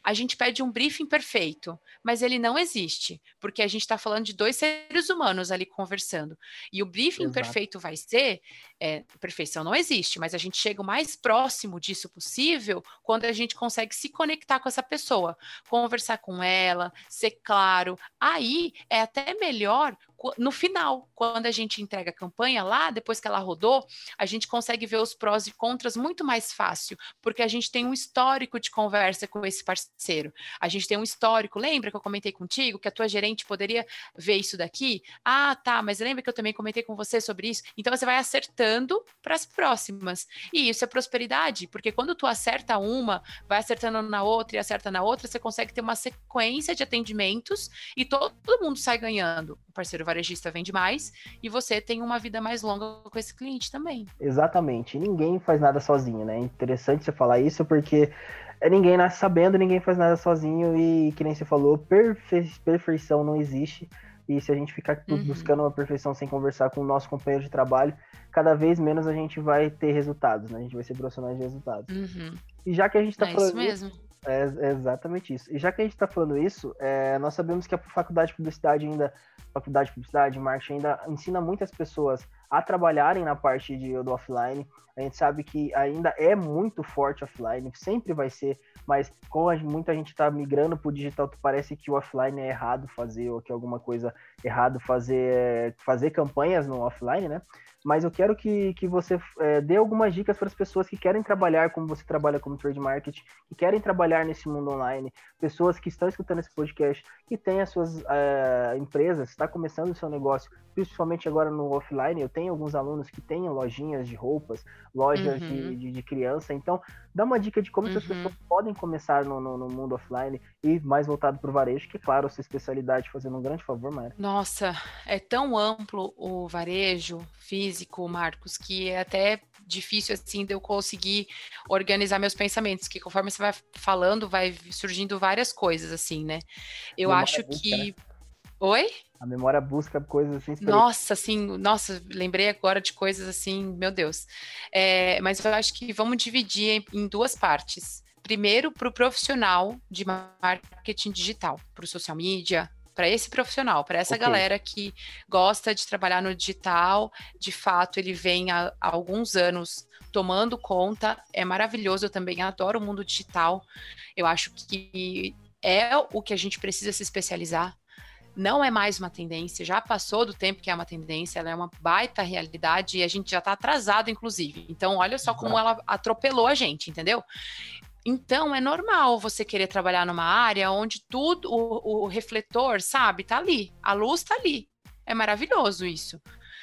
S3: a gente pede um briefing perfeito, mas ele não existe, porque a gente está falando de dois seres humanos ali conversando. E o briefing
S4: Exato.
S3: perfeito vai ser, é, perfeição não existe, mas a gente chega o mais próximo disso possível quando a gente consegue se conectar com essa pessoa, conversar com ela, ser claro. Aí é até melhor no final, quando a gente entrega a campanha lá, depois que ela rodou, a gente consegue ver os prós e contras muito mais fácil, porque a gente tem um histórico de conversa com esse parceiro. A gente tem um histórico, lembra que eu comentei contigo que a tua gerente poderia ver isso daqui? Ah, tá, mas lembra que eu também comentei com você sobre isso? Então você vai acertando para as próximas. E isso é prosperidade, porque quando tu acerta uma, vai acertando na outra e acerta na outra, você consegue ter uma sequência de atendimentos e todo mundo sai ganhando. O parceiro varejista vende mais e você tem uma vida mais longa com esse cliente também.
S4: Exatamente. Ninguém faz nada sozinho, né? É interessante você falar isso porque ninguém nasce sabendo, ninguém faz nada sozinho e, que nem você falou, perfe... perfeição não existe. E se a gente ficar uhum. buscando uma perfeição sem conversar com o nosso companheiro de trabalho, cada vez menos a gente vai ter resultados, né? A gente vai ser profissionais de resultados.
S3: Uhum.
S4: E já que a gente tá
S3: é
S4: falando
S3: isso mesmo.
S4: Isso, é, é exatamente isso. E já que a gente está falando isso, é, nós sabemos que a faculdade de publicidade ainda, faculdade de publicidade, marketing ainda ensina muitas pessoas a trabalharem na parte de, do offline. A gente sabe que ainda é muito forte offline, sempre vai ser, mas como a, muita gente está migrando para o digital, parece que o offline é errado fazer, ou que é alguma coisa errado fazer, fazer campanhas no offline, né? Mas eu quero que, que você é, dê algumas dicas para as pessoas que querem trabalhar como você trabalha como trade marketing, que querem trabalhar nesse mundo online, pessoas que estão escutando esse podcast, que têm as suas uh, empresas, está começando o seu negócio, principalmente agora no offline. Eu tenho alguns alunos que têm lojinhas de roupas, lojas uhum. de, de, de criança, então dá uma dica de como uhum. essas pessoas podem começar no, no, no mundo offline e mais voltado para o varejo, que é claro, a sua especialidade, fazendo um grande favor, Mara.
S3: Nossa, é tão amplo o varejo físico, Marcos, que é até difícil assim de eu conseguir organizar meus pensamentos, que conforme você vai falando, vai surgindo várias coisas assim, né? Eu acho busca, que... Né? Oi?
S4: A memória busca coisas assim...
S3: Nossa, assim, nossa, lembrei agora de coisas assim, meu Deus. É, mas eu acho que vamos dividir em duas partes. Primeiro, para o profissional de marketing digital, para o social media, para esse profissional, para essa okay. galera que gosta de trabalhar no digital, de fato ele vem há, há alguns anos tomando conta, é maravilhoso, eu também adoro o mundo digital, eu acho que é o que a gente precisa se especializar, não é mais uma tendência, já passou do tempo que é uma tendência, ela é uma baita realidade e a gente já está atrasado, inclusive, então olha só como ela atropelou a gente, entendeu? Então, é normal você querer trabalhar numa área onde tudo, o, o refletor, sabe, tá ali. A luz tá ali. É maravilhoso isso.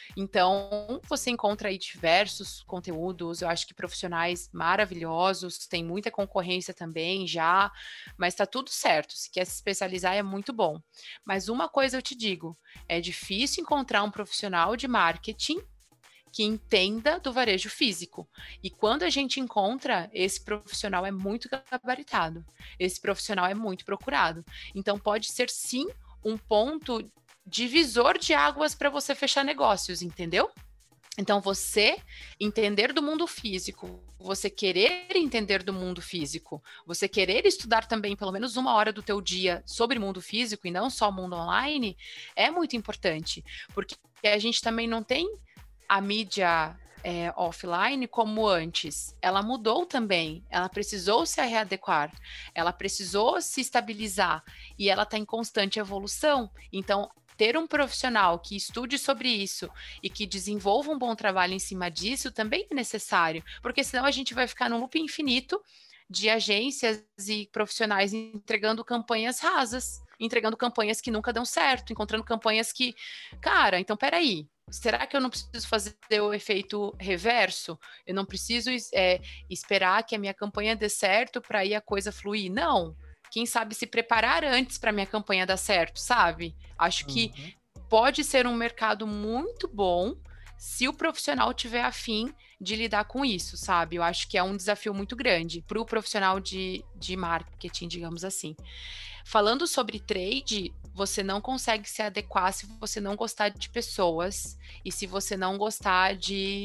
S3: Então, você encontra aí diversos conteúdos, eu acho que profissionais maravilhosos, tem muita concorrência também já, mas tá tudo certo. Se quer se especializar, é muito bom. Mas uma coisa eu te digo, é difícil encontrar um profissional de marketing que entenda do varejo físico. E quando a gente encontra, esse profissional é muito gabaritado. Esse profissional é muito procurado. Então, pode ser, sim, um ponto divisor de águas para você fechar negócios, entendeu? Então, você entender do mundo físico, você querer entender do mundo físico, você querer estudar também pelo menos uma hora do teu dia sobre mundo físico e não só mundo online, é muito importante. Porque a gente também não tem a mídia é, offline como antes, ela mudou também, ela precisou se readequar, ela precisou se estabilizar e ela está em constante evolução. Então, ter um profissional que estude sobre isso e que desenvolva um bom trabalho em cima disso também é necessário, porque senão a gente vai ficar num loop infinito de agências e profissionais entregando campanhas rasas, entregando campanhas que nunca dão certo, encontrando campanhas que, cara, então peraí, será que eu não preciso fazer o efeito reverso? Eu não preciso é, esperar que a minha campanha dê certo para aí a coisa fluir? Não. Quem sabe se preparar antes para a minha campanha dar certo, sabe? Acho que uhum. pode ser um mercado muito bom se o profissional tiver afim de lidar com isso, sabe? Eu acho que é um desafio muito grande para o profissional de, de marketing, digamos assim. Falando sobre trade, você não consegue se adequar se você não gostar de pessoas e se você não gostar de,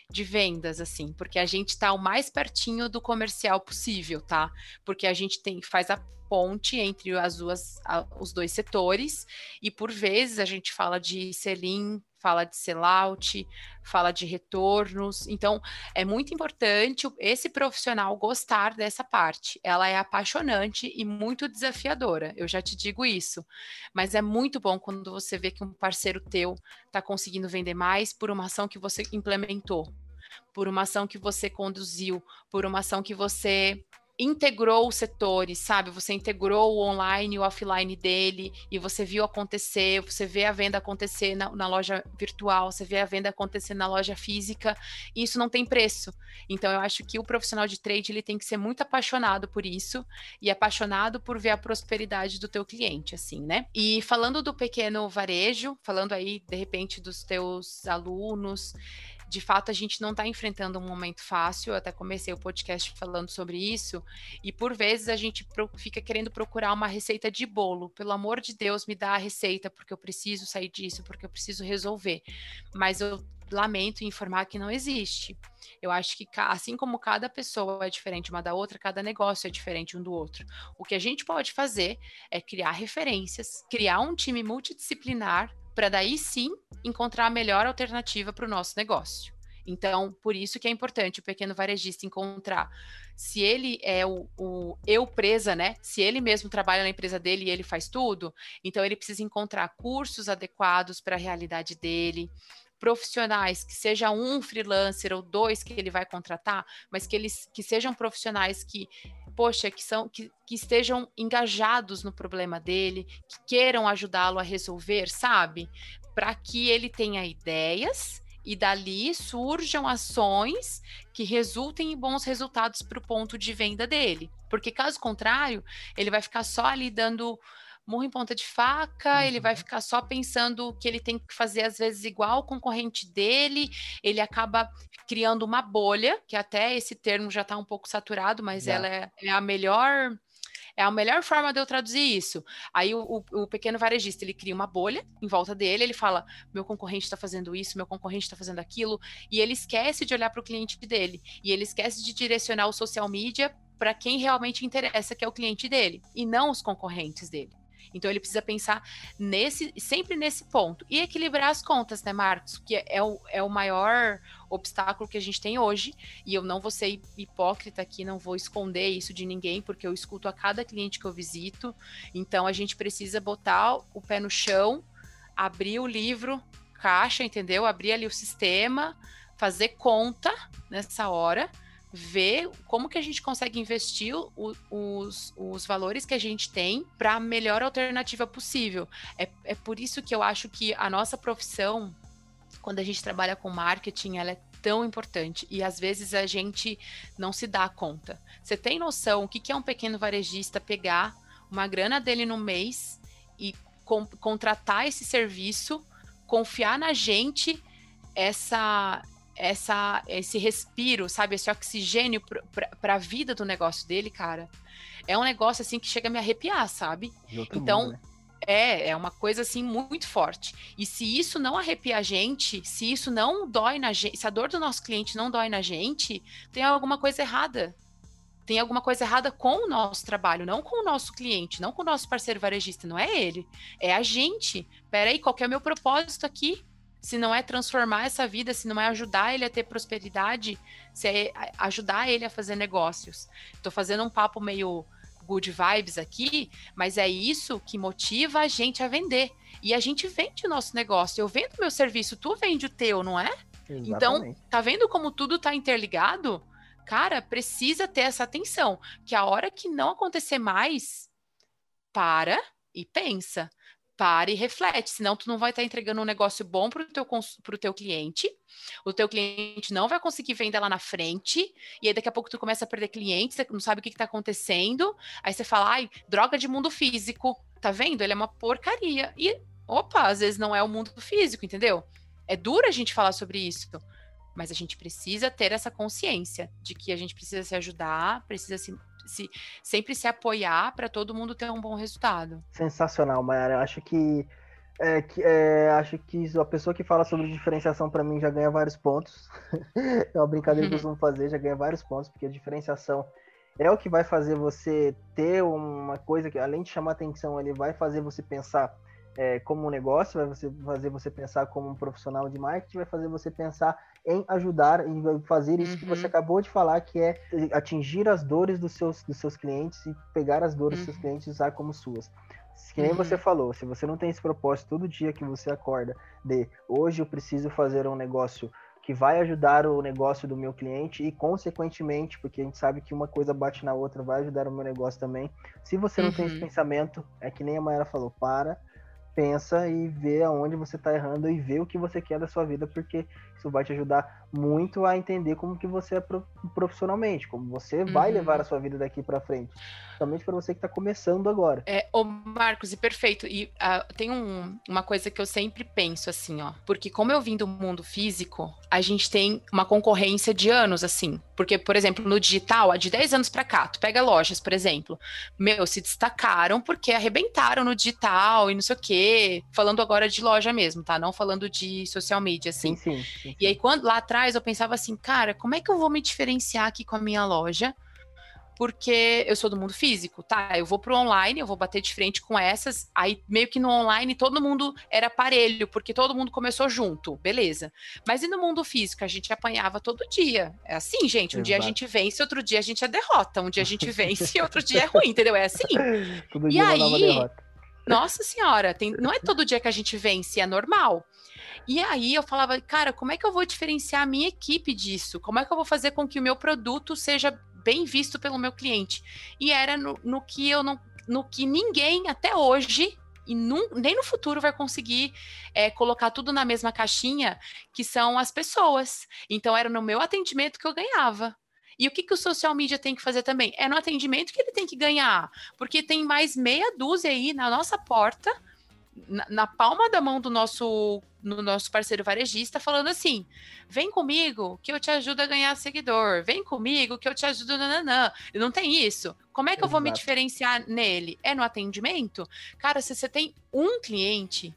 S3: de vendas, assim, porque a gente está o mais pertinho do comercial possível, tá? Porque a gente tem, faz a ponte entre as duas, a, os dois setores, e por vezes a gente fala de sell-in, fala de sell-out, fala de retornos. Então, é muito importante esse profissional gostar dessa parte. Ela é apaixonante e muito desafiadora, eu já te digo isso. Mas é muito bom quando você vê que um parceiro teu está conseguindo vender mais por uma ação que você implementou, por uma ação que você conduziu, por uma ação que você integrou os setores, sabe? Você integrou o online e o offline dele e você viu acontecer, você vê a venda acontecer na, na loja virtual, você vê a venda acontecer na loja física, e isso não tem preço. Então, eu acho que o profissional de trade, ele tem que ser muito apaixonado por isso e apaixonado por ver a prosperidade do teu cliente, assim, né? E falando do pequeno varejo, falando aí, de repente, dos teus alunos, de fato, a gente não está enfrentando um momento fácil. Eu até comecei o podcast falando sobre isso, e por vezes a gente pro, fica querendo procurar uma receita de bolo. Pelo amor de Deus, me dá a receita, porque eu preciso sair disso, porque eu preciso resolver. Mas eu lamento informar que não existe. Eu acho que, assim como cada pessoa é diferente uma da outra, cada negócio é diferente um do outro. O que a gente pode fazer é criar referências, criar um time multidisciplinar, para daí sim encontrar a melhor alternativa para o nosso negócio. Então, por isso que é importante o pequeno varejista encontrar, se ele é o, o eu presa, né? Se ele mesmo trabalha na empresa dele e ele faz tudo, então ele precisa encontrar cursos adequados para a realidade dele, profissionais, que seja um freelancer ou dois que ele vai contratar, mas que eles que sejam profissionais que, poxa, que são que, que estejam engajados no problema dele, que queiram ajudá-lo a resolver, sabe? Para que ele tenha ideias e dali surjam ações que resultem em bons resultados para o ponto de venda dele. Porque caso contrário, ele vai ficar só ali dando murro em ponta de faca, uhum. Ele vai ficar só pensando que ele tem que fazer às vezes igual o concorrente dele, ele acaba criando uma bolha, que até esse termo já está um pouco saturado, mas já. ela é, é a melhor... É a melhor forma de eu traduzir isso. Aí o, o, o pequeno varejista, ele cria uma bolha em volta dele, ele fala, meu concorrente está fazendo isso, meu concorrente está fazendo aquilo, e ele esquece de olhar para o cliente dele, e ele esquece de direcionar o social media para quem realmente interessa, que é o cliente dele, e não os concorrentes dele. Então, ele precisa pensar nesse, sempre nesse ponto. E equilibrar as contas, né, Marcos? Que é o, é o maior obstáculo que a gente tem hoje. E eu não vou ser hipócrita aqui, não vou esconder isso de ninguém, porque eu escuto a cada cliente que eu visito. Então, a gente precisa botar o pé no chão, abrir o livro, caixa, entendeu? Abrir ali o sistema, fazer conta nessa hora, ver como que a gente consegue investir o, os, os valores que a gente tem para a melhor alternativa possível. É, é por isso que eu acho que a nossa profissão, quando a gente trabalha com marketing, ela é tão importante e às vezes a gente não se dá conta. Você tem noção o que, que é um pequeno varejista pegar uma grana dele no mês e com, contratar esse serviço, confiar na gente, essa... Essa, esse respiro, sabe, esse oxigênio para a vida do negócio dele, cara, é um negócio assim que chega a me arrepiar, sabe? Então, mundo, né? é, é uma coisa assim muito forte. E se isso não arrepia a gente, se isso não dói na gente, se a dor do nosso cliente não dói na gente, tem alguma coisa errada. Tem alguma coisa errada com o nosso trabalho, não com o nosso cliente, não com o nosso parceiro varejista, não é ele, é a gente. Peraí, qual que é o meu propósito aqui? Se não é transformar essa vida, se não é ajudar ele a ter prosperidade, se é ajudar ele a fazer negócios. Estou fazendo um papo meio good vibes aqui, mas é isso que motiva a gente a vender. E a gente vende o nosso negócio. Eu vendo meu serviço, tu vende o teu, não é? Exatamente. Então, tá vendo como tudo tá interligado? Cara, precisa ter essa atenção. Que a hora que não acontecer mais, para e pensa. Para e reflete, senão tu não vai estar entregando um negócio bom para o teu, pro teu cliente, o teu cliente não vai conseguir vender lá na frente, e aí daqui a pouco tu começa a perder clientes, você não sabe o que está acontecendo, aí você fala, ai, droga de mundo físico, tá vendo? Ele é uma porcaria, e opa, às vezes não é o mundo físico, entendeu? É duro a gente falar sobre isso, mas a gente precisa ter essa consciência de que a gente precisa se ajudar, precisa se Se, sempre se apoiar para todo mundo ter um bom resultado.
S4: Sensacional, Mayara. Eu acho que É, que, é, acho que a pessoa que fala sobre diferenciação para mim já ganha vários pontos. É uma brincadeira que eu costumo fazer, já ganha vários pontos, porque a diferenciação é o que vai fazer você ter uma coisa que, além de chamar atenção, ele vai fazer você pensar é, como um negócio, vai você, fazer você pensar como um profissional de marketing, vai fazer você pensar em ajudar e fazer isso uhum. que você acabou de falar, que é atingir as dores dos seus, dos seus clientes e pegar as dores uhum. dos seus clientes e usar como suas. Que nem uhum. você falou, se você não tem esse propósito todo dia que você acorda de hoje eu preciso fazer um negócio que vai ajudar o negócio do meu cliente e, consequentemente, porque a gente sabe que uma coisa bate na outra, vai ajudar o meu negócio também. Se você não uhum. tem esse pensamento, é que nem a Mayara falou, para, pensa e vê aonde você está errando e vê o que você quer da sua vida, porque isso vai te ajudar muito a entender como que você é profissionalmente, como você uhum. vai levar a sua vida daqui para frente. Principalmente para você que está começando agora.
S3: É, ô Marcos, e perfeito. E uh, tem um, uma coisa que eu sempre penso assim, ó. Porque como eu vim do mundo físico, a gente tem uma concorrência de anos, assim. Porque, por exemplo, no digital, de dez anos para cá, tu pega lojas, por exemplo, meu, se destacaram porque arrebentaram no digital e não sei o quê. Falando agora de loja mesmo, tá? Não falando de social media, assim.
S4: Sim, sim, sim, sim.
S3: E aí, quando, lá atrás, eu pensava assim, cara, como é que eu vou me diferenciar aqui com a minha loja? Porque eu sou do mundo físico, tá? Eu vou pro online, eu vou bater de frente com essas, aí meio que no online todo mundo era parelho, porque todo mundo começou junto, beleza. Mas e no mundo físico? A gente apanhava todo dia. É assim, gente, um Exato. dia a gente vence, outro dia a gente é derrota, um dia a gente vence e outro dia é ruim, entendeu? É assim.
S4: Todo
S3: e
S4: dia
S3: aí,
S4: uma nova derrota.
S3: Nossa senhora, tem, não é todo dia que a gente vence, é normal. E aí eu falava, cara, como é que eu vou diferenciar a minha equipe disso? Como é que eu vou fazer com que o meu produto seja bem visto pelo meu cliente? E era no, no que eu não, no que ninguém até hoje e num, nem no futuro vai conseguir é, colocar tudo na mesma caixinha, que são as pessoas. Então era no meu atendimento que eu ganhava. E o que, que o social media tem que fazer também? É no atendimento que ele tem que ganhar, porque tem mais meia dúzia aí na nossa porta, na, na palma da mão do nosso, no nosso parceiro varejista, falando assim, vem comigo que eu te ajudo a ganhar seguidor, vem comigo que eu te ajudo, nananã. Não tem isso? Como é que Exato. eu vou me diferenciar nele? É no atendimento? Cara, se você tem um cliente,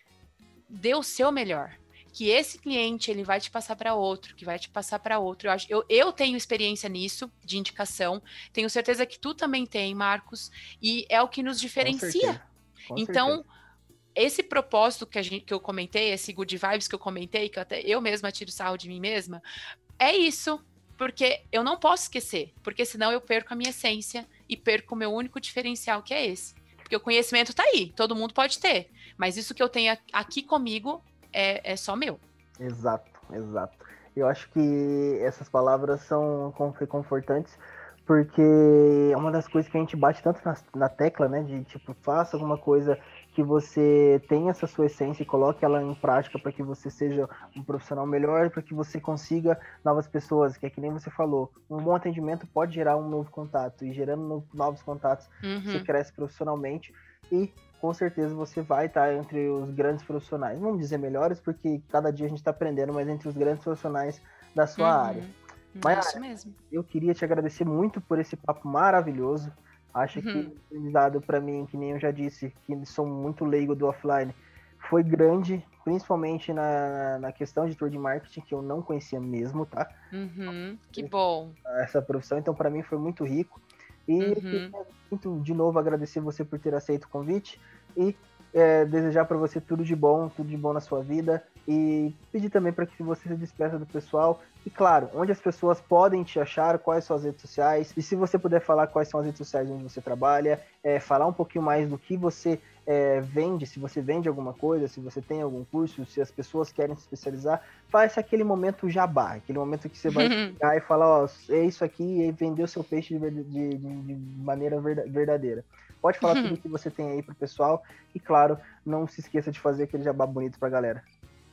S3: dê o seu melhor. Que esse cliente, ele vai te passar para outro, que vai te passar para outro. Eu, acho, eu, eu tenho experiência nisso, de indicação. Tenho certeza que tu também tem, Marcos. E é o que nos diferencia.
S4: Com certeza. Com
S3: então,
S4: certeza.
S3: esse propósito que, a gente, que eu comentei, esse good vibes que eu comentei, que eu até eu mesma tiro sarro de mim mesma, é isso. Porque eu não posso esquecer. Porque senão eu perco a minha essência e perco o meu único diferencial, que é esse. Porque o conhecimento tá aí, todo mundo pode ter. Mas isso que eu tenho aqui comigo É, é só meu.
S4: Exato, exato. Eu acho que essas palavras são confortantes, porque é uma das coisas que a gente bate tanto na, na tecla, né? De tipo, faça alguma coisa que você tenha essa sua essência e coloque ela em prática para que você seja um profissional melhor, para que você consiga novas pessoas, que é que nem você falou. Um bom atendimento pode gerar um novo contato, e gerando no, novos contatos, uhum. você cresce profissionalmente e com certeza você vai estar entre os grandes profissionais. Vamos dizer melhores, porque cada dia a gente está aprendendo, mas entre os grandes profissionais da sua uhum. área. Mas
S3: isso mesmo.
S4: Eu queria te agradecer muito por esse papo maravilhoso. Acho uhum. que o dado para mim, que nem eu já disse, que sou muito leigo do offline, foi grande, principalmente na, na questão de tour de marketing, que eu não conhecia mesmo, tá?
S3: Uhum. Que bom.
S4: Essa profissão, então para mim foi muito rico. E uhum. eu queria muito, de novo, agradecer você por ter aceito o convite e é, desejar para você tudo de bom, tudo de bom na sua vida e pedir também para que você se despeça do pessoal e, claro, onde as pessoas podem te achar, quais são as redes sociais e se você puder falar quais são as redes sociais onde você trabalha, é, falar um pouquinho mais do que você é, vende, se você vende alguma coisa, se você tem algum curso, se as pessoas querem se especializar, faz aquele momento jabá, aquele momento que você vai chegar e falar, ó, é isso aqui e vender o seu peixe de, de, de maneira verdadeira. Pode falar tudo que você tem aí pro pessoal e, claro, não se esqueça de fazer aquele jabá bonito pra galera.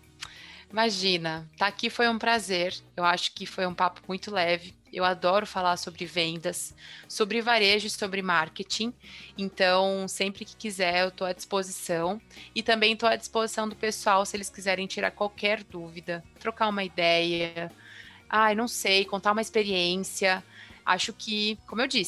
S3: Imagina, tá aqui foi um prazer, eu acho que foi um papo muito leve, eu adoro falar sobre vendas, sobre varejo e sobre marketing, então sempre que quiser eu tô à disposição e também tô à disposição do pessoal se eles quiserem tirar qualquer dúvida, trocar uma ideia, ai, não sei, contar uma experiência, acho que, como eu disse,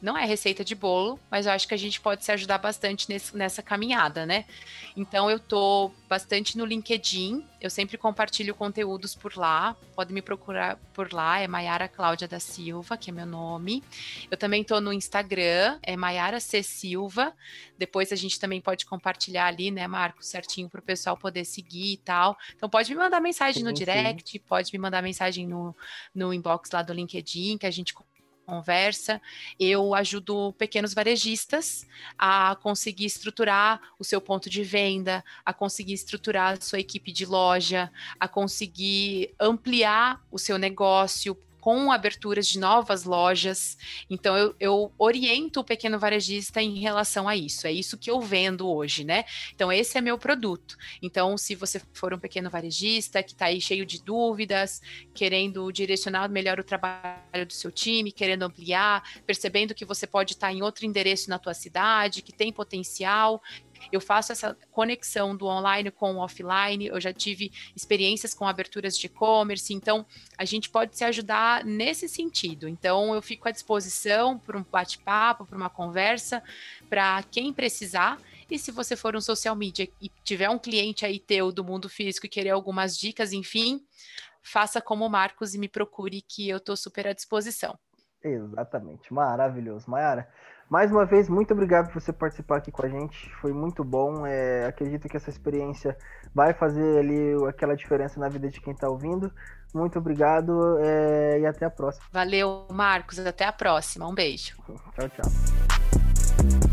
S3: Não é receita de bolo, mas eu acho que a gente pode se ajudar bastante nesse, nessa caminhada, né? Então eu tô bastante no LinkedIn, eu sempre compartilho conteúdos por lá, pode me procurar por lá, é Maiara Cláudia da Silva, que é meu nome. Eu também tô no Instagram, é Maiara C Silva. Depois a gente também pode compartilhar ali, né, Marcos, certinho para o pessoal poder seguir e tal. Então pode me mandar mensagem sim, no direct, sim. Pode me mandar mensagem no, no inbox lá do LinkedIn, que a gente conversa. Eu ajudo pequenos varejistas a conseguir estruturar o seu ponto de venda, a conseguir estruturar a sua equipe de loja, a conseguir ampliar o seu negócio com aberturas de novas lojas. Então, eu, eu oriento o pequeno varejista em relação a isso. É isso que eu vendo hoje, né? Então, esse é meu produto. Então, se você for um pequeno varejista que está aí cheio de dúvidas, querendo direcionar melhor o trabalho do seu time, querendo ampliar, percebendo que você pode estar em outro endereço na tua cidade, que tem potencial, eu faço essa conexão do online com o offline, eu já tive experiências com aberturas de e-commerce, então a gente pode se ajudar nesse sentido. Então eu fico à disposição para um bate-papo, para uma conversa, para quem precisar. E se você for um social media e tiver um cliente aí teu do mundo físico e querer algumas dicas, enfim, faça como o Marcos e me procure que eu estou super à disposição.
S4: Exatamente, maravilhoso. Maiara, mais uma vez, muito obrigado por você participar aqui com a gente, foi muito bom, é, acredito que essa experiência vai fazer ali aquela diferença na vida de quem está ouvindo. Muito obrigado é, e até a próxima.
S3: Valeu, Marcos, até a próxima, um beijo.
S4: Tchau, tchau.